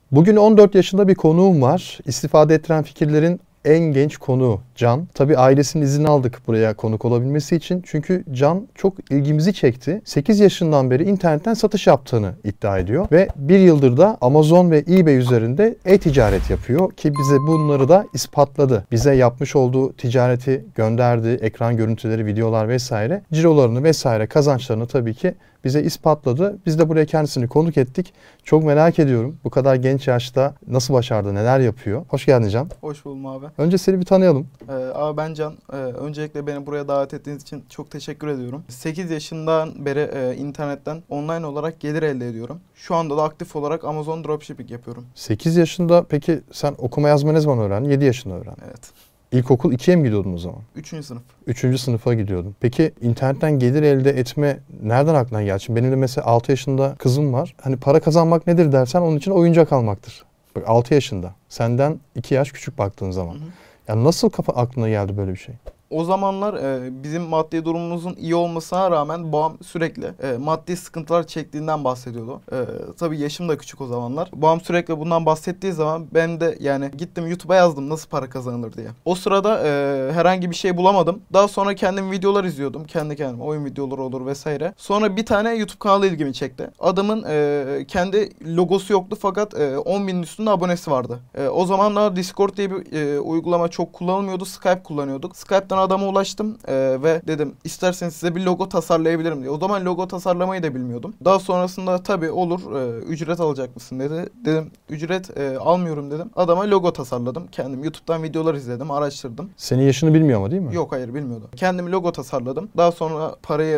Bugün 14 yaşında bir konuğum var. İstifade ettiren fikirlerin en genç konuğu Can. Tabii ailesinin izni aldık buraya konuk olabilmesi için. Çünkü Can çok ilgimizi çekti. 8 yaşından beri internetten satış yaptığını iddia ediyor. Ve bir yıldır da Amazon ve eBay üzerinde e-ticaret yapıyor. Ki bize bunları da ispatladı. Bize yapmış olduğu ticareti gönderdi. Ekran görüntüleri, videolar vesaire. Cirolarını vesaire, kazançlarını tabii ki bize ispatladı. Biz de buraya kendisini konuk ettik. Çok merak ediyorum. Bu kadar genç yaşta nasıl başardı, neler yapıyor? Hoş geldin Can. Hoş buldum abi. Önce seni bir tanıyalım. Abi ben Can. Öncelikle beni buraya davet ettiğiniz için çok teşekkür ediyorum. 8 yaşından beri internetten online olarak gelir elde ediyorum. Şu anda da aktif olarak Amazon Dropshipping yapıyorum. 8 yaşında peki sen okuma yazma ne zaman öğrendin? 7 yaşında öğrendin. Evet. İlkokul 2'ye mi gidiyordun o zaman? 3. sınıf. 3. sınıfa gidiyordun. Peki internetten gelir elde etme nereden aklına geldi? Şimdi benim de mesela 6 yaşında kızım var. Hani para kazanmak nedir dersen onun için oyuncak almaktır. Bak 6 yaşında. Senden 2 yaş küçük baktığın zaman. Ya nasıl aklına geldi böyle bir şey? O zamanlar bizim maddi durumumuzun iyi olmasına rağmen babam sürekli maddi sıkıntılar çektiğinden bahsediyordu. Tabii yaşım da küçük o zamanlar. Babam sürekli bundan bahsettiği zaman ben de yani gittim YouTube'a yazdım nasıl para kazanılır diye. O sırada herhangi bir şey bulamadım. Daha sonra kendim videolar izliyordum. Kendi kendime oyun videoları olur vesaire. Sonra bir tane YouTube kanalı ilgimi çekti. Adamın kendi logosu yoktu fakat 10.000'in üstünde abonesi vardı. O zamanlar Discord diye bir uygulama çok kullanılmıyordu. Skype kullanıyorduk. Skype'dan adama ulaştım ve dedim isterseniz size bir logo tasarlayabilirim diye. O zaman logo tasarlamayı da bilmiyordum. Daha sonrasında tabii olur ücret alacak mısın dedi. Dedim ücret almıyorum dedim. Adama logo tasarladım. Kendim YouTube'dan videolar izledim, araştırdım. Senin yaşını bilmiyor ama değil mi? Yok hayır bilmiyordum. Kendim logo tasarladım. Daha sonra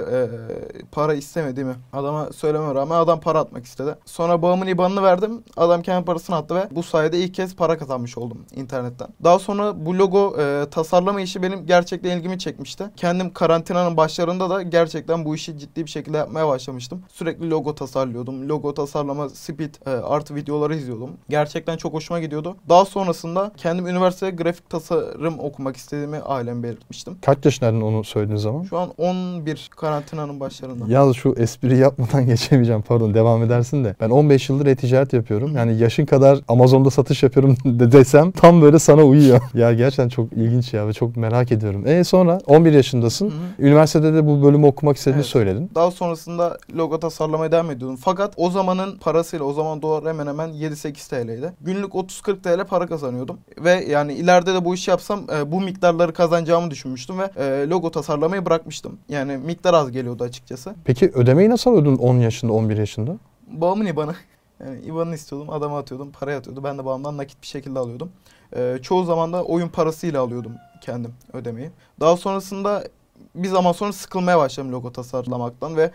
para istemediğimi adama söylememe rağmen adam para atmak istedi. Sonra babamın IBAN'ını verdim. Adam kendi parasını attı ve bu sayede ilk kez para kazanmış oldum internetten. Daha sonra bu logo tasarlama işi benim gerçekten ilgimi çekmişti. Kendim karantinanın başlarında da gerçekten bu işi ciddi bir şekilde yapmaya başlamıştım. Sürekli logo tasarlıyordum. Logo tasarlama, speed artı videoları izliyordum. Gerçekten çok hoşuma gidiyordu. Daha sonrasında kendim üniversitede grafik tasarım okumak istediğimi aileme belirtmiştim. Kaç yaşındaydın onu söylediğin zaman? Şu an 11 karantinanın başlarında. Yalnız şu espri yapmadan geçemeyeceğim, pardon, devam edersin de. Ben 15 yıldır e-ticaret yapıyorum. Yani yaşın kadar Amazon'da satış yapıyorum desem tam böyle sana uyuyor. Ya gerçekten çok ilginç ya ve çok merak ediyorum. Sonra 11 yaşındasın. Üniversitede de bu bölümü okumak istediğini söyledin. Daha sonrasında logo tasarlamaya devam ediyordum. Fakat o zamanın parasıyla, o zaman dolar hemen hemen 7-8 TL'ydi. Günlük 30-40 TL para kazanıyordum. Ve yani ileride de bu işi yapsam bu miktarları kazanacağımı düşünmüştüm ve logo tasarlamayı bırakmıştım. Yani miktar az geliyordu açıkçası. Peki ödemeyi nasıl alıyordun 10 yaşında, 11 yaşında? Babamın IBAN'ı. Yani IBAN'ını istiyordum, adama atıyordum, parayı atıyordu. Ben de babamdan nakit bir şekilde alıyordum. Çoğu zaman da oyun parasıyla alıyordum kendim ödemeyi. Daha sonrasında bir zaman sonra sıkılmaya başladım logo tasarlamaktan ve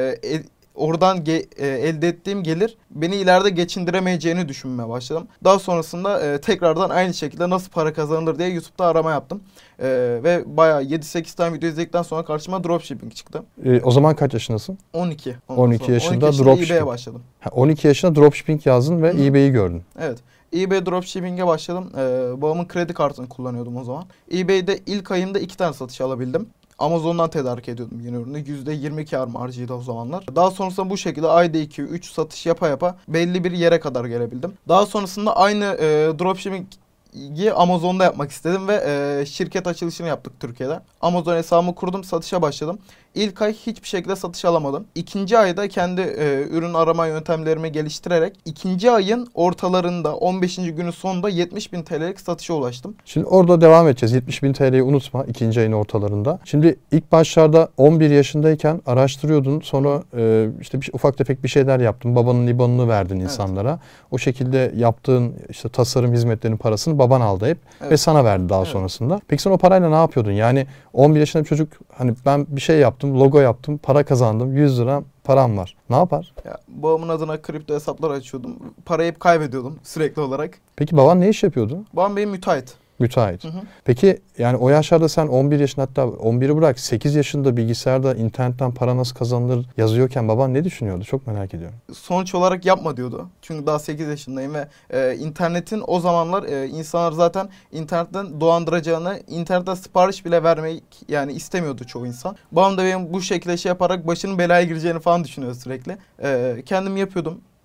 oradan elde ettiğim gelir beni ileride geçindiremeyeceğini düşünmeye başladım. Daha sonrasında tekrardan aynı şekilde nasıl para kazanılır diye YouTube'da arama yaptım. Ve bayağı 7-8 tane video izledikten sonra karşıma dropshipping çıktı. O zaman kaç yaşındasın? 12. 12 yaşında dropshipping. eBay'e başladım. 12 yaşında dropshipping yazdın ve eBay'i gördün. Evet. eBay dropshipping'e başladım. Babamın kredi kartını kullanıyordum o zaman. eBay'de ilk ayında 2 tane satış alabildim. Amazon'dan tedarik ediyordum yeni ürünü. %20 kâr marjıydı o zamanlar. Daha sonrasında bu şekilde ayda 2-3 satış yapa yapa belli bir yere kadar gelebildim. Daha sonrasında aynı dropshipping Amazon'da yapmak istedim ve şirket açılışını yaptık Türkiye'de. Amazon hesabımı kurdum, satışa başladım. İlk ay hiçbir şekilde satış alamadım. İkinci ayda kendi ürün arama yöntemlerimi geliştirerek ikinci ayın ortalarında 15. günün sonunda 70.000 TL'lik satışa ulaştım. Şimdi orada devam edeceğiz. 70.000 TL'yi unutma ikinci ayın ortalarında. Şimdi ilk başlarda 11 yaşındayken araştırıyordun. Sonra işte ufak tefek bir şeyler yaptın. Babanın IBAN'ını verdin insanlara. O şekilde yaptığın işte tasarım hizmetlerinin parasını baban aldı hep ve sana verdi daha sonrasında. Peki sen o parayla ne yapıyordun? Yani 11 yaşında bir çocuk hani ben bir şey yaptım, logo yaptım, para kazandım, 100 lira param var. Ne yapar? Ya, babamın adına kripto hesaplar açıyordum. Parayı hep kaybediyordum sürekli olarak. Peki baban ne iş yapıyordu? Babam benim müteahhit. Müteahhit. Peki yani o yaşlarda sen 11 yaşında, hatta 11'i bırak 8 yaşında bilgisayarda internetten para nasıl kazanılır yazıyorken baban ne düşünüyordu? Çok merak ediyorum. Sonuç olarak yapma diyordu. Çünkü daha 8 yaşındayım ve internetin o zamanlar insanlar zaten internetten dolandıracağını, internetten sipariş bile vermeyi yani istemiyordu çoğu insan. Babam da benim bu şekilde şey yaparak başının belaya gireceğini falan düşünüyor sürekli. Kendim yapıyordum.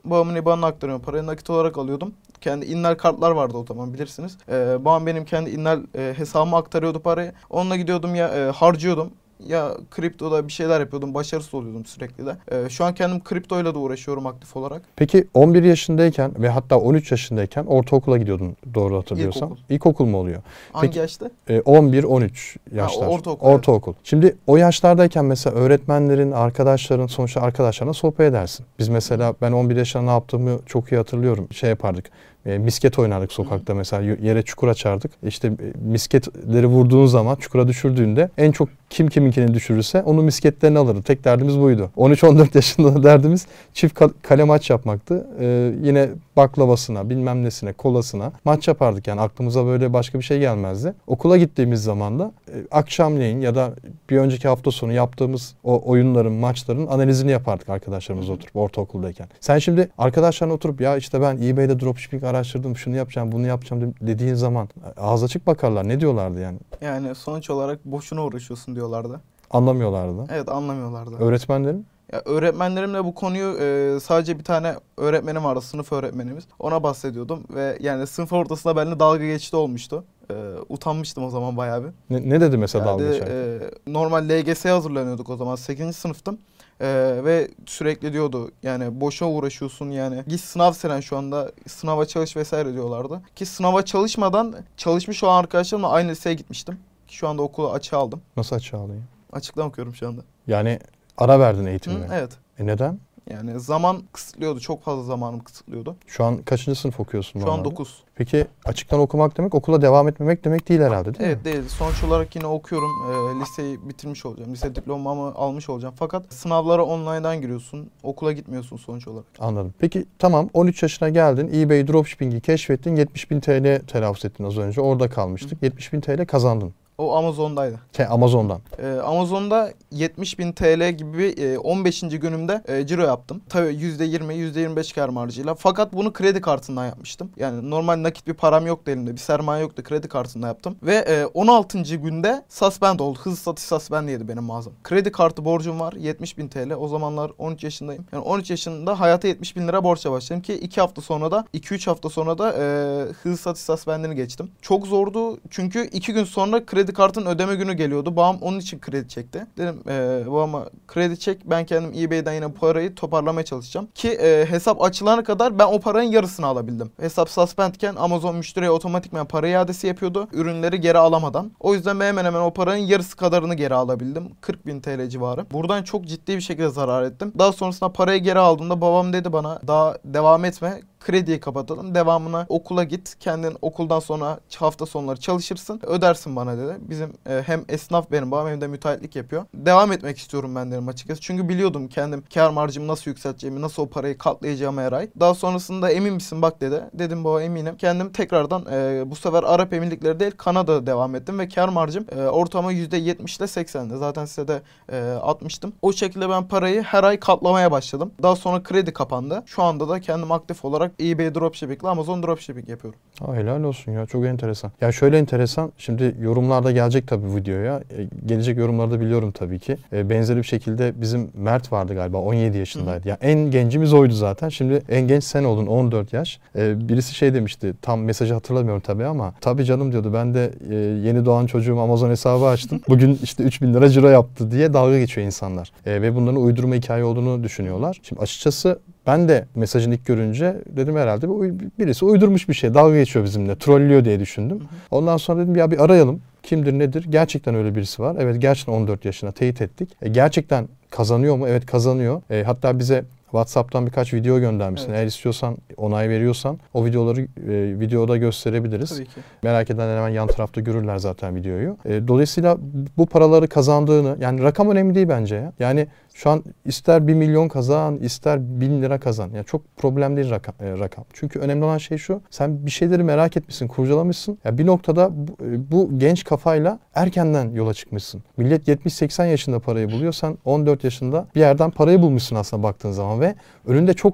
Babamın IBAN'ına aktarıyorum. Parayı nakit olarak alıyordum. Kendi innal kartlar vardı o zaman, bilirsiniz. Babam benim kendi innal hesabıma aktarıyordu parayı. Onunla gidiyordum ya harcıyordum. Ya kriptoda bir şeyler yapıyordum. Başarısız oluyordum sürekli de. Şu an kendim kriptoyla da uğraşıyorum aktif olarak. Peki 11 yaşındayken ve hatta 13 yaşındayken ortaokula gidiyordun, doğru hatırlıyorsam. İlkokul. İlkokul mu oluyor? Hangi Peki, yaşta? 11-13 yaşlar. Ortaokul. Ortaokul. Şimdi o yaşlardayken mesela öğretmenlerin, arkadaşların, sonuçta arkadaşlarına sohbet edersin. Biz mesela ben 11 yaşında ne yaptığımı çok iyi hatırlıyorum. Şey yapardık. Misket oynardık sokakta mesela, yere çukur açardık. İşte misketleri vurduğun zaman, çukura düşürdüğünde en çok kim kiminkini düşürürse onun misketlerini alırdı. Tek derdimiz buydu. 13-14 yaşında da derdimiz çift kale maç yapmaktı. Yine baklavasına, bilmem nesine, kolasına maç yapardık. Yani aklımıza böyle başka bir şey gelmezdi. Okula gittiğimiz zaman da akşamleyin ya da bir önceki hafta sonu yaptığımız o oyunların, maçların analizini yapardık arkadaşlarımızla oturup ortaokuldayken. Sen şimdi arkadaşlarına oturup ya işte ben eBay'de dropshipping araştırdım, şunu yapacağım, bunu yapacağım dediğin zaman ağız açık bakarlar. Ne diyorlardı yani? Yani sonuç olarak boşuna uğraşıyorsun diyorlardı. Anlamıyorlardı. Evet, anlamıyorlardı. Öğretmenlerin? Ya öğretmenlerimle bu konuyu sadece bir tane öğretmenim vardı, sınıf öğretmenimiz. Ona bahsediyordum ve yani sınıf ortasında benimle dalga geçti olmuştu. Utanmıştım o zaman bayağı bir. Ne dedi mesela Yani, dalga geçerken? normal LGS'ye hazırlanıyorduk o zaman. 8. sınıftım. Ve sürekli diyordu yani boşa uğraşıyorsun, yani git sınav senen, şu anda sınava çalış vesaire diyorlardı. Ki sınava çalışmadan çalışmış olan arkadaşlarımla aynı liseye gitmiştim. Ki şu anda okulu açığa aldım. Nasıl açığa alıyor? Açıktan okuyorum şu anda. Yani ara verdin eğitimine. Evet. Neden? Yani zaman kısıtlıyordu. Çok fazla zamanım kısıtlıyordu. Şu an kaçıncı sınıf okuyorsun? Şu normalde? an 9. Peki açıktan okumak demek okula devam etmemek demek değil herhalde, değil mi? Evet, değil. Sonuç olarak yine okuyorum. Liseyi bitirmiş olacağım. Lise diplomamı almış olacağım. Fakat sınavlara online'dan giriyorsun. Okula gitmiyorsun sonuç olarak. Anladım. Peki tamam, 13 yaşına geldin. eBay dropshipping'i keşfettin. 70.000 TL telaffuz ettin az önce. Orada kalmıştık. 70.000 TL kazandın. O Amazon'daydı. Amazon'dan. Amazon'da 70.000 TL gibi 15. günümde ciro yaptım. Tabii %20, %25 kâr marjıyla. Fakat bunu kredi kartından yapmıştım. Yani normal nakit bir param yoktu elimde. Bir sermaye yoktu. Kredi kartından yaptım. Ve 16. günde suspend oldu. Hızlı satış suspend yedi benim mağazam. Kredi kartı borcum var. 70.000 TL. O zamanlar 13 yaşındayım. Yani 13 yaşında hayata 70.000 lira borçla başladım ki 2 hafta sonra da 2-3 hafta sonra da hızlı satış suspendini geçtim. Çok zordu çünkü 2 gün sonra kredi kartın ödeme günü geliyordu. Babam onun için kredi çekti. Dedim babama kredi çek, ben kendim eBay'den yine parayı toparlamaya çalışacağım. Ki hesap açılana kadar ben o paranın yarısını alabildim. Hesap suspendken Amazon müşteriye otomatikman para iadesi yapıyordu. Ürünleri geri alamadan. O yüzden ben hemen o paranın yarısı kadarını geri alabildim. 40.000 TL civarı. Buradan çok ciddi bir şekilde zarar ettim. Daha sonrasında parayı geri aldığımda babam dedi bana daha devam etme. Krediyi kapatalım. Devamına okula git. Kendin okuldan sonra hafta sonları çalışırsın. Ödersin bana dedi. Bizim hem esnaf benim babam hem de müteahhitlik yapıyor. Devam etmek istiyorum ben dedim açıkçası. Çünkü biliyordum kendim kâr marjımı nasıl yükselteceğimi, nasıl o parayı katlayacağıma ait. Daha sonrasında emin misin bak dedi. Dedim baba eminim. Kendim tekrardan bu sefer Arap Emirlikleri değil Kanada'da devam ettim ve kâr marjım ortalama %70 ile 80'di. Zaten size de atmıştım. O şekilde ben parayı her ay katlamaya başladım. Daha sonra kredi kapandı. Şu anda da kendim aktif olarak eBay dropshipping ile Amazon dropshipping yapıyorum. Helal olsun ya, çok enteresan. Ya şöyle enteresan, şimdi yorumlarda gelecek tabii videoya. Gelecek yorumlarda biliyorum tabii ki. Benzeri bir şekilde bizim Mert vardı galiba, 17 yaşındaydı. Ya en gencimiz oydu zaten. Şimdi en genç sen oldun, 14 yaş. Birisi şey demişti, tam mesajı hatırlamıyorum tabii ama tabii canım diyordu, ben de yeni doğan çocuğum Amazon hesabı açtım. Bugün işte 3.000 lira ciro yaptı diye dalga geçiyor insanlar. Ve bunların uydurma hikaye olduğunu düşünüyorlar. Şimdi açıkçası ben de mesajını ilk görünce dedim herhalde birisi uydurmuş bir şey, dalga geçiyor bizimle, trollüyor diye düşündüm. Ondan sonra dedim ya bir arayalım. Kimdir nedir? Gerçekten öyle birisi var. Evet, gerçekten 14 yaşına teyit ettik. Gerçekten kazanıyor mu? Evet, kazanıyor. Hatta bize WhatsApp'tan birkaç video göndermişsin. Evet. Eğer istiyorsan, onay veriyorsan o videoları videoda gösterebiliriz. Tabii ki. Merak edenler hemen yan tarafta görürler zaten videoyu. Dolayısıyla bu paraları kazandığını, yani rakam önemli değil bence ya. Yani şu an ister 1 milyon kazan, ister 1000 lira kazan. Yani çok problem değil rakam. Çünkü önemli olan şey şu, sen bir şeyleri merak etmişsin, kurcalamışsın. Ya bir noktada bu genç kafayla erkenden yola çıkmışsın. Millet 70-80 yaşında parayı buluyor, sen 14 yaşında bir yerden parayı bulmuşsun aslında baktığın zaman ve önünde çok daha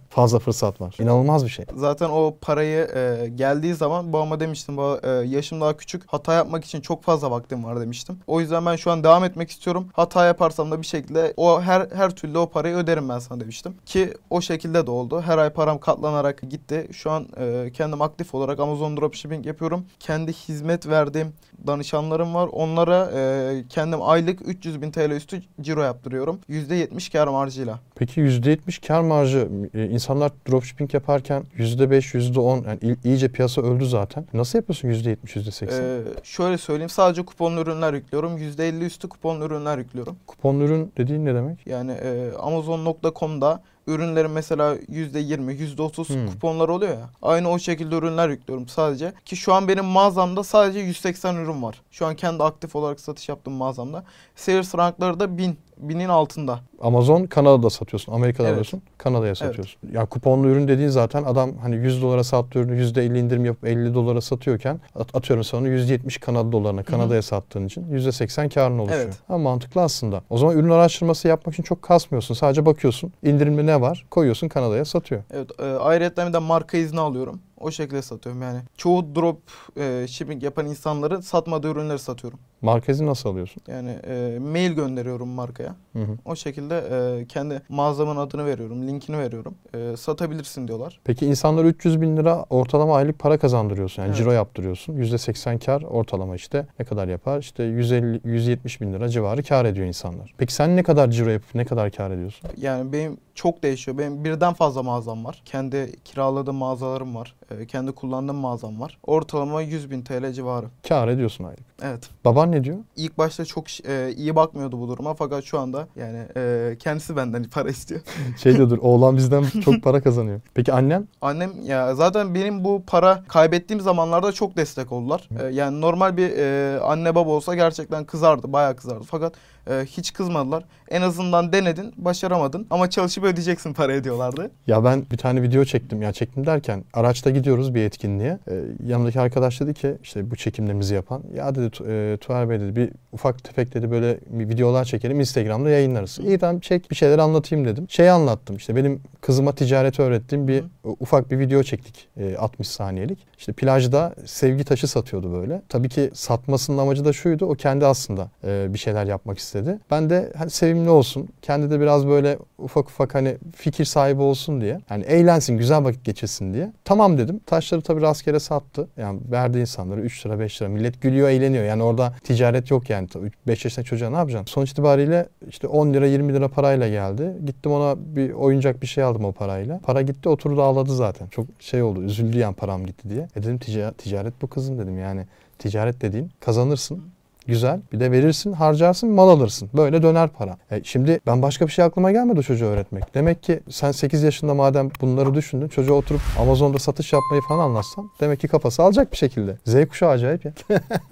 fazla fırsat var. İnanılmaz bir şey. Zaten o parayı geldiği zaman babama demiştim. Yaşım daha küçük. Hata yapmak için çok fazla vaktim var demiştim. O yüzden ben şu an devam etmek istiyorum. Hata yaparsam da bir şekilde her türlü o parayı öderim ben sana demiştim. Ki o şekilde de oldu. Her ay param katlanarak gitti. Şu an kendim aktif olarak Amazon Dropshipping yapıyorum. Kendi hizmet verdiğim danışanlarım var. Onlara kendim aylık 300.000 TL üstü ciro yaptırıyorum. %70 kar marjıyla. Peki %70 kar marjı, insanlar dropshipping yaparken %5, %10, yani iyice piyasa öldü zaten. Nasıl yapıyorsun %70, %80? Şöyle söyleyeyim, sadece kuponlu ürünler yüklüyorum. %50 üstü kuponlu ürünler yüklüyorum. Kuponlu ürün dediğin ne demek? Yani Amazon.com'da ürünlerin mesela %20, %30 kuponlar oluyor ya. Aynı o şekilde ürünler yüklüyorum sadece. Ki şu an benim mağazamda sadece 180 ürün var. Şu an kendi aktif olarak satış yaptığım mağazamda. Sales rankları da 1000'in altında. Amazon Kanada'da satıyorsun. Amerika'da Evet. alıyorsun. Kanada'ya satıyorsun. Ya kuponlu ürün dediğin zaten adam hani 100 dolara sattığı ürünü %50 indirim yapıp 50 dolara satıyorken atıyorum sana %70 Kanada dolarına Kanada'ya sattığın için %80 karın oluşuyor. Evet. Ha, mantıklı aslında. O zaman ürün araştırması yapmak için çok kasmıyorsun. Sadece bakıyorsun. İndirimli ne var? Koyuyorsun, Kanada'ya satıyor. Evet. Ayrıca bir de marka izni alıyorum. O şekilde satıyorum yani. Çoğu drop shipping yapan insanların satmadığı ürünleri satıyorum. Marka izni nasıl alıyorsun? Yani mail gönderiyorum markaya. O şekilde kendi mağazamın adını veriyorum, linkini veriyorum. Satabilirsin diyorlar. Peki insanlara 300.000 lira ortalama aylık para kazandırıyorsun. Yani Evet. ciro yaptırıyorsun. %80 kar ortalama işte ne kadar yapar? İşte 150-170 bin lira civarı kar ediyor insanlar. Peki sen ne kadar ciro yapıp ne kadar kar ediyorsun? Yani benim çok değişiyor. Benim birden fazla mağazam var. Kendi kiraladığım mağazalarım var. Kendi kullandığım mağazam var. Ortalama 100.000 TL civarı. Kar ediyorsun aylık. Evet. Baban ne diyor? İlk başta çok iyi bakmıyordu bu duruma, fakat şu anda yani kendisi benden para istiyor. Şey diyordur, oğlan bizden çok para kazanıyor. Peki annen? Annem ya zaten benim bu para kaybettiğim zamanlarda çok destek oldular. Yani normal bir anne baba olsa gerçekten kızardı, bayağı kızardı. Fakat hiç kızmadılar. En azından denedin, başaramadın ama çalışıp ödeyeceksin parayı diyorlardı. Ya ben bir tane video çektim. Ya çektim derken araçta gidiyoruz bir etkinliğe. Yanımdaki arkadaş dedi ki işte bu çekimlerimizi yapan. Ya dedi Tuğer Bey dedi bir ufak tefek dedi böyle videolar çekelim, Instagram'da yayınlarız. İyi tamam çek, bir şeyler anlatayım dedim. Şeyi anlattım, işte benim kızıma ticareti öğrettiğim bir ufak bir video çektik 60 saniyelik. İşte plajda sevgi taşı satıyordu böyle. Tabii ki satmasının amacı da şuydu, o kendi aslında bir şeyler yapmak istedi. Ben de hani sevimli olsun, kendi de biraz böyle ufak ufak hani fikir sahibi olsun diye. Yani eğlensin, güzel vakit geçirsin diye. Tamam dedim. Taşları tabii rastgele sattı. Yani verdi insanlara 3 lira 5 lira. Millet gülüyor, eğleniyor. Yani orada ticaret yok yani. 5 yaşındaki çocuğa ne yapacaksın? Sonuç itibariyle işte 10 lira 20 lira parayla geldi. Gittim ona bir oyuncak bir şey aldım o parayla. Para gitti, oturdu ağladı zaten. Çok şey oldu, üzüldü yani param gitti diye. Dedim ticaret bu kızım dedim yani. Ticaret dediğin kazanırsın. Güzel. Bir de verirsin, harcarsın, mal alırsın. Böyle döner para. Şimdi ben başka bir şey aklıma gelmedi çocuğa öğretmek. Demek ki sen 8 yaşında madem bunları düşündün, çocuğa oturup Amazon'da satış yapmayı falan anlatsan demek ki kafası alacak bir şekilde. Z kuşağı acayip ya.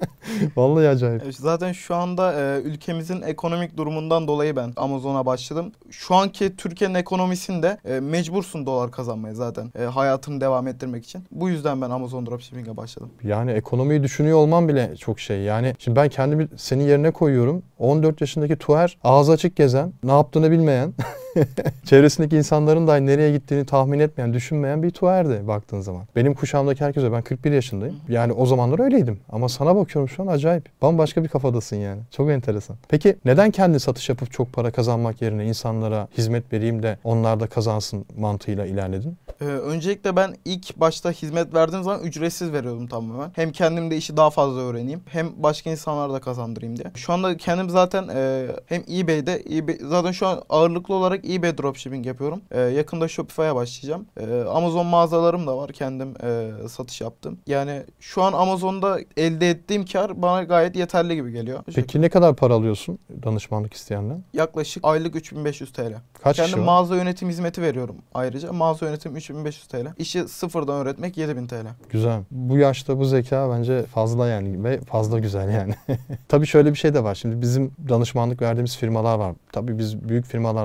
Vallahi acayip. Zaten şu anda ülkemizin ekonomik durumundan dolayı ben Amazon'a başladım. Şu anki Türkiye'nin ekonomisinde mecbursun dolar kazanmaya zaten. Hayatını devam ettirmek için. Bu yüzden ben Amazon Dropshipping'e başladım. Yani ekonomiyi düşünüyor olman bile çok şey. Yani şimdi ben kendimi senin yerine koyuyorum. 14 yaşındaki Tuğer ağzı açık gezen, ne yaptığını bilmeyen, çevresindeki insanların da nereye gittiğini tahmin etmeyen, düşünmeyen bir Tuğer'di baktığın zaman. Benim kuşağımdaki herkes öyle. Ben 41 yaşındayım. Yani o zamanlar öyleydim. Ama sana bakıyorum şu an acayip. Bambaşka bir kafadasın yani. Çok enteresan. Peki neden kendi satış yapıp çok para kazanmak yerine insanlara hizmet vereyim de onlar da kazansın mantığıyla ilerledin? Öncelikle ben ilk başta hizmet verdiğim zaman ücretsiz veriyordum tamamen. Hem kendim de işi daha fazla öğreneyim, hem başka insanlara da kazandırayım diye. Şu anda kendim zaten hem eBay'de, zaten şu an ağırlıklı olarak eBay dropshipping yapıyorum. Yakında Shopify'a başlayacağım. Amazon mağazalarım da var, kendim satış yaptım. Yani şu an Amazon'da elde ettiğim kar bana gayet yeterli gibi geliyor. Peki ne kadar para alıyorsun danışmanlık isteyenden? Yaklaşık aylık 3500 TL. Kaç kişi Kendim var? mağaza yönetim hizmeti veriyorum ayrıca. Mağaza yönetim 3500 TL. İşi sıfırdan öğretmek 7000 TL. Güzel. Bu yaşta bu zeka bence fazla yani ve fazla güzel yani. Tabii şöyle bir şey de var. Şimdi bizim danışmanlık verdiğimiz firmalar var. Tabii biz büyük firmalarla çalışıyoruz.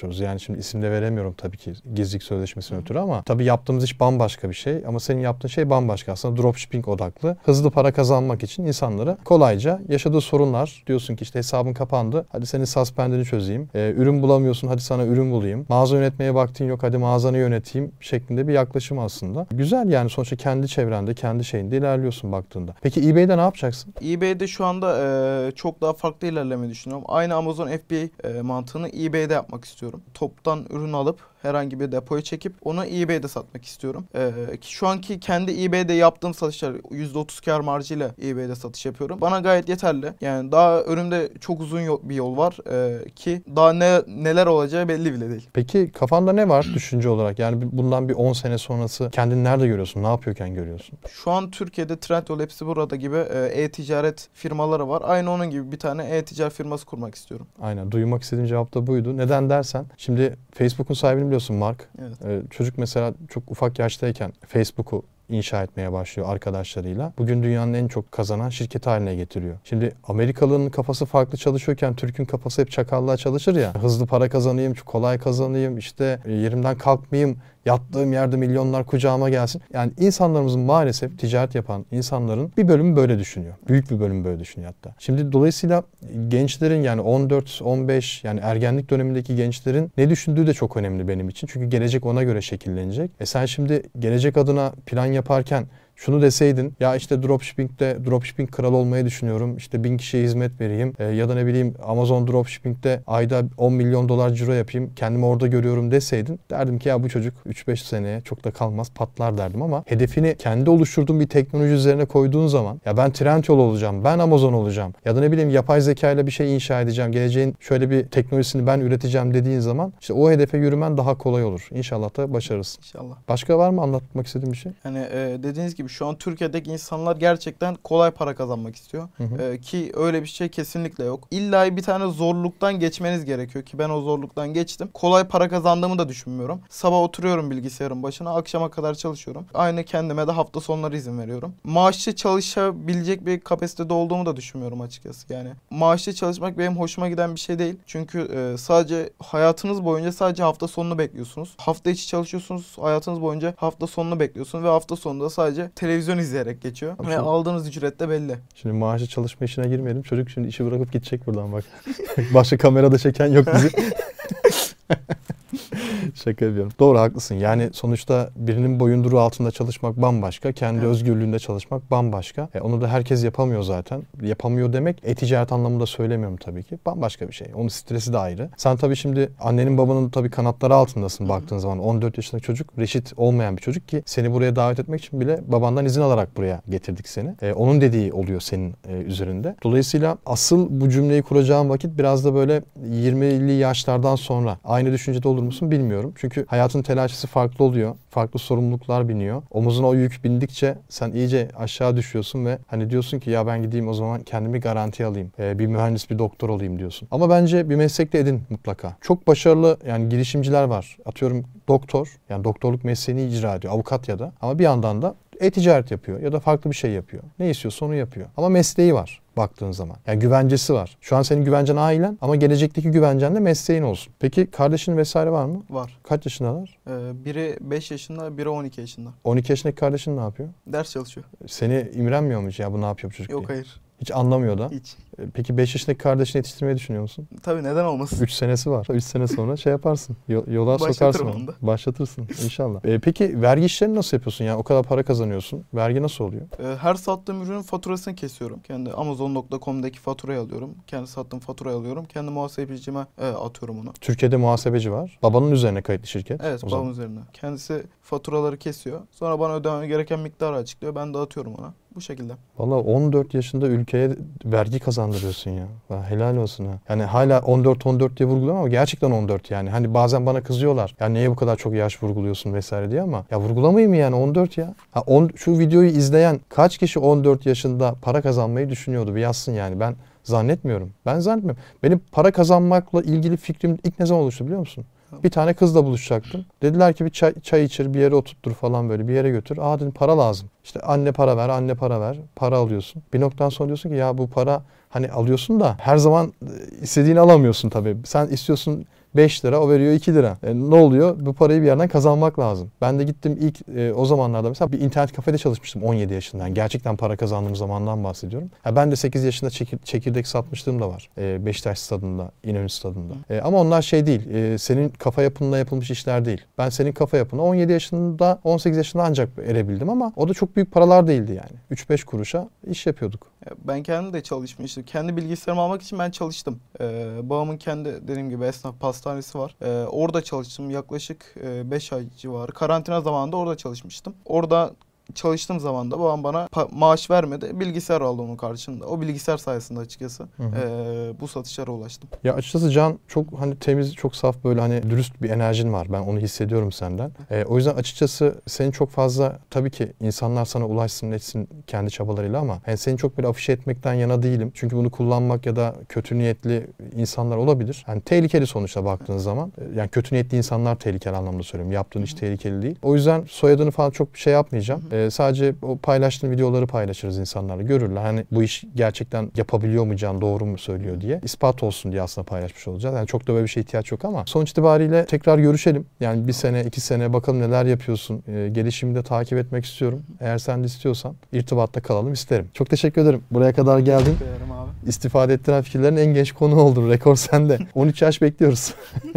çalışıyoruz. Yani şimdi isim de veremiyorum tabii ki gizlilik sözleşmesine ötürü ama tabii yaptığımız iş bambaşka bir şey ama senin yaptığın şey bambaşka. Aslında dropshipping odaklı. Hızlı para kazanmak için insanlara kolayca yaşadığı sorunlar, diyorsun ki işte hesabın kapandı. Hadi senin suspendini çözeyim. Ürün bulamıyorsun. Hadi sana ürün bulayım. Mağaza yönetmeye vaktin yok. Hadi mağazanı yöneteyim şeklinde bir yaklaşım aslında. Güzel yani sonuçta kendi çevrende, kendi şeyinde ilerliyorsun baktığında. Peki eBay'de ne yapacaksın? eBay'de şu anda çok daha farklı ilerlemeyi düşünüyorum. Aynı Amazon FBA mantığını eBay'de yapmak istiyorum. Toptan ürün alıp herhangi bir depoya çekip onu eBay'de satmak istiyorum. Şu anki kendi eBay'de yaptığım satışlar %30 kar marjıyla eBay'de satış yapıyorum. Bana gayet yeterli. Yani daha önümde çok uzun bir yol var ki daha neler olacağı belli bile değil. Peki kafanda ne var düşünce olarak? Yani bundan bir 10 sene sonrası kendini nerede görüyorsun? Ne yapıyorken görüyorsun? Şu an Türkiye'de Trendyol, hepsi burada gibi e-ticaret firmaları var. Aynı onun gibi bir tane e-ticaret firması kurmak istiyorum. Aynen. Duymak istediğim cevap da buydu. Neden dersen şimdi Facebook'un sahibini biliyorsun, Mark. Evet. Çocuk mesela çok ufak yaştayken Facebook'u inşa etmeye başlıyor arkadaşlarıyla. Bugün dünyanın en çok kazanan şirketi haline getiriyor. Şimdi Amerikalı'nın kafası farklı çalışıyorken Türk'ün kafası hep çakallığa çalışır ya. Hızlı para kazanayım, kolay kazanayım, işte yerimden kalkmayayım, yattığım yerde milyonlar kucağıma gelsin. Yani insanlarımızın maalesef ticaret yapan insanların bir bölümü böyle düşünüyor. Büyük bir bölümü böyle düşünüyor hatta. Şimdi dolayısıyla gençlerin yani 14-15 yani ergenlik dönemindeki gençlerin ne düşündüğü de çok önemli benim için. Çünkü gelecek ona göre şekillenecek. Sen şimdi gelecek adına plan yaparken şunu deseydin ya işte dropshipping kralı olmayı düşünüyorum. İşte 1000 kişiye hizmet vereyim. Ya da ne bileyim Amazon dropshipping'de ayda 10 milyon dolar ciro yapayım. Kendimi orada görüyorum deseydin. Derdim ki ya bu çocuk 3-5 seneye çok da kalmaz patlar derdim ama hedefini kendi oluşturduğun bir teknoloji üzerine koyduğun zaman ya ben Trendyol olacağım, ben Amazon olacağım ya da ne bileyim yapay zeka ile bir şey inşa edeceğim. Geleceğin şöyle bir teknolojisini ben üreteceğim dediğin zaman işte o hedefe yürümen daha kolay olur. İnşallah da başarırsın. İnşallah. Başka var mı anlatmak istediğin bir şey? Yani dediğiniz gibi şu an Türkiye'deki insanlar gerçekten kolay para kazanmak istiyor. Ki öyle bir şey kesinlikle yok. İlla bir tane zorluktan geçmeniz gerekiyor ki ben o zorluktan geçtim. Kolay para kazandığımı da düşünmüyorum. Sabah oturuyorum bilgisayarın başına, akşama kadar çalışıyorum. Aynı kendime de hafta sonları izin veriyorum. Maaşlı çalışabilecek bir kapasitede olduğumu da düşünmüyorum açıkçası. Yani maaşlı çalışmak benim hoşuma giden bir şey değil. Çünkü sadece hayatınız boyunca sadece hafta sonunu bekliyorsunuz. Hafta içi çalışıyorsunuz, hayatınız boyunca hafta sonunu bekliyorsunuz ve hafta sonunda sadece televizyon izleyerek geçiyor. Ve aldığınız ücret de belli. Şimdi maaşlı çalışma işine girmeyelim. Çocuk şimdi işi bırakıp gidecek buradan bak. Başka kamerada çeken yok bizi. Şaka yapıyorum. Doğru, haklısın. Yani sonuçta birinin boyunduruğu altında çalışmak bambaşka. Kendi özgürlüğünde çalışmak bambaşka. Onu da herkes yapamıyor zaten. Yapamıyor demek e-ticaret anlamında söylemiyorum tabii ki. Bambaşka bir şey. Onun stresi de ayrı. Sen tabii şimdi annenin babanın tabii kanatları altındasın baktığın zaman. 14 yaşındaki çocuk reşit olmayan bir çocuk ki seni buraya davet etmek için bile babandan izin alarak buraya getirdik seni. Onun dediği oluyor senin üzerinde. Dolayısıyla asıl bu cümleyi kuracağım vakit biraz da böyle 20'li yaşlardan sonra. Aynı düşüncede olur musun bilmiyorum. Çünkü hayatın telaşesi farklı oluyor. Farklı sorumluluklar biniyor. Omuzuna o yük bindikçe sen iyice aşağı düşüyorsun ve hani diyorsun ki ya ben gideyim o zaman kendimi garantiye alayım. Bir mühendis, bir doktor olayım diyorsun. Ama bence bir meslek de edin mutlaka. Çok başarılı yani girişimciler var. Atıyorum doktor, yani doktorluk mesleğini icra ediyor. Avukat ya da. Ama bir yandan da e-ticaret yapıyor ya da farklı bir şey yapıyor. Ne istiyorsa onu yapıyor. Ama mesleği var baktığın zaman. Yani güvencesi var. Şu an senin güvencen ailen ama gelecekteki güvencen de mesleğin olsun. Peki kardeşin vesaire var mı? Var. Kaç yaşındalar? Biri 5 yaşında, biri 12 yaşında. 12 yaşındaki kardeşin ne yapıyor? Ders çalışıyor. Seni imrenmiyor mu hiç ya bu ne yapıyor bu çocuk Yok, diye? hayır. Hiç anlamıyor da. Hiç. Peki 5 yaşındaki kardeşini yetiştirmeyi düşünüyor musun? Tabii, neden olmasın? 3 senesi var. 3 sene sonra şey yaparsın. Yola Başlatırım sokarsın. onu da. Başlatırsın inşallah. Peki vergi işlerini nasıl yapıyorsun? Yani o kadar para kazanıyorsun. Vergi nasıl oluyor? Her sattığım ürünün faturasını kesiyorum. Kendi Amazon.com'daki faturayı alıyorum. Kendi sattığım faturayı alıyorum. Kendi muhasebecime atıyorum onu. Türkiye'de muhasebeci var. Babanın üzerine kayıtlı şirket. Evet, babamın üzerine. Kendisi faturaları kesiyor. Sonra bana ödemem gereken miktarı açıklıyor. Ben dağıtıyorum ona. Bu şekilde. Valla 14 yaşında ülkeye vergi kazandırıyorsun ya. Helal olsun ha. Yani hala 14 diye vurguluyorum ama gerçekten 14 yani. Hani bazen bana kızıyorlar. Ya niye bu kadar çok yaş vurguluyorsun vesaire diye ama ya vurgulamayayım mı yani 14 ya. Şu videoyu izleyen kaç kişi 14 yaşında para kazanmayı düşünüyordu bir yazsın yani. Ben zannetmiyorum. Benim para kazanmakla ilgili fikrim ilk ne zaman oluştu biliyor musun? Bir tane kızla buluşacaktım. Dediler ki bir çay içir, bir yere oturttur falan böyle bir yere götür. Aa dedim para lazım. İşte anne para ver. Para alıyorsun. Bir noktadan sonra diyorsun ki ya bu para hani alıyorsun da her zaman istediğini alamıyorsun tabii. Sen istiyorsun 5 lira, o veriyor 2 lira. Ne oluyor? Bu parayı bir yerden kazanmak lazım. Ben de gittim ilk o zamanlarda mesela bir internet kafede çalışmıştım 17 yaşından. Gerçekten para kazandığım zamandan bahsediyorum. Ben de 8 yaşında çekirdek satmışlığım da var. Beşiktaş stadında, İnönü stadında. Ama onlar şey değil. Senin kafa yapınla yapılmış işler değil. Ben senin kafa yapına 17 yaşında, 18 yaşında ancak erebildim ama o da çok büyük paralar değildi yani. 3-5 kuruşa iş yapıyorduk. Ben kendim de çalışmıştım. Kendi bilgisayarımı almak için ben çalıştım. Babamın kendi dediğim gibi esnaf pastanesi var. Orada çalıştım yaklaşık 5 ay civarı. Karantina zamanında orada çalışmıştım. Orada çalıştığım zaman da babam bana maaş vermedi. Bilgisayar aldı onun karşılığında. O bilgisayar sayesinde açıkçası bu satışlara ulaştım. Ya açıkçası Can çok hani temiz, çok saf, böyle hani dürüst bir enerjin var. Ben onu hissediyorum senden. O yüzden açıkçası seni çok fazla, tabii ki insanlar sana ulaşsın etsin kendi çabalarıyla ama yani seni çok böyle afişe etmekten yana değilim. Çünkü bunu kullanmak ya da kötü niyetli insanlar olabilir. Yani tehlikeli sonuçta baktığın zaman. Yani kötü niyetli insanlar tehlikeli anlamda söylüyorum. Yaptığın iş tehlikeli değil. O yüzden soyadını falan çok bir şey yapmayacağım. Sadece o paylaştığın videoları paylaşırız, insanlarla görürler. Hani bu iş gerçekten yapabiliyor mu Can, doğru mu söylüyor diye. İspat olsun diye aslında paylaşmış olacağız. Yani çok da böyle bir şeye ihtiyaç yok ama sonuç itibariyle tekrar görüşelim. Yani 1 sene, 2 sene bakalım neler yapıyorsun. Gelişimini de takip etmek istiyorum. Eğer sen de istiyorsan irtibatta kalalım isterim. Çok teşekkür ederim. Buraya kadar geldin. Abi. İstifade ettiren fikirlerin en genç konu oldun. Rekor sende. 13 yaş bekliyoruz.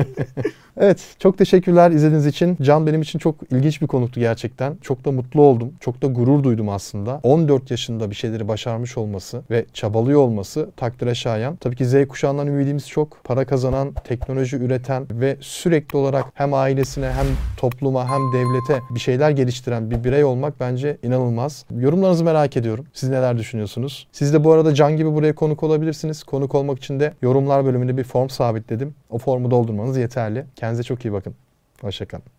Evet, çok teşekkürler izlediğiniz için. Can benim için çok ilginç bir konuktu gerçekten. Çok da mutlu oldum. Çok da gurur duydum aslında. 14 yaşında bir şeyleri başarmış olması ve çabalıyor olması takdire şayan. Tabii ki Z kuşağından ümidimiz çok. Para kazanan, teknoloji üreten ve sürekli olarak hem ailesine hem topluma hem devlete bir şeyler geliştiren bir birey olmak bence inanılmaz. Yorumlarınızı merak ediyorum. Siz neler düşünüyorsunuz? Siz de bu arada Can gibi buraya konuk olabilirsiniz. Konuk olmak için de yorumlar bölümünde bir form sabitledim. O formu doldurmanız yeterli. Kendinize çok iyi bakın. Hoşça kalın.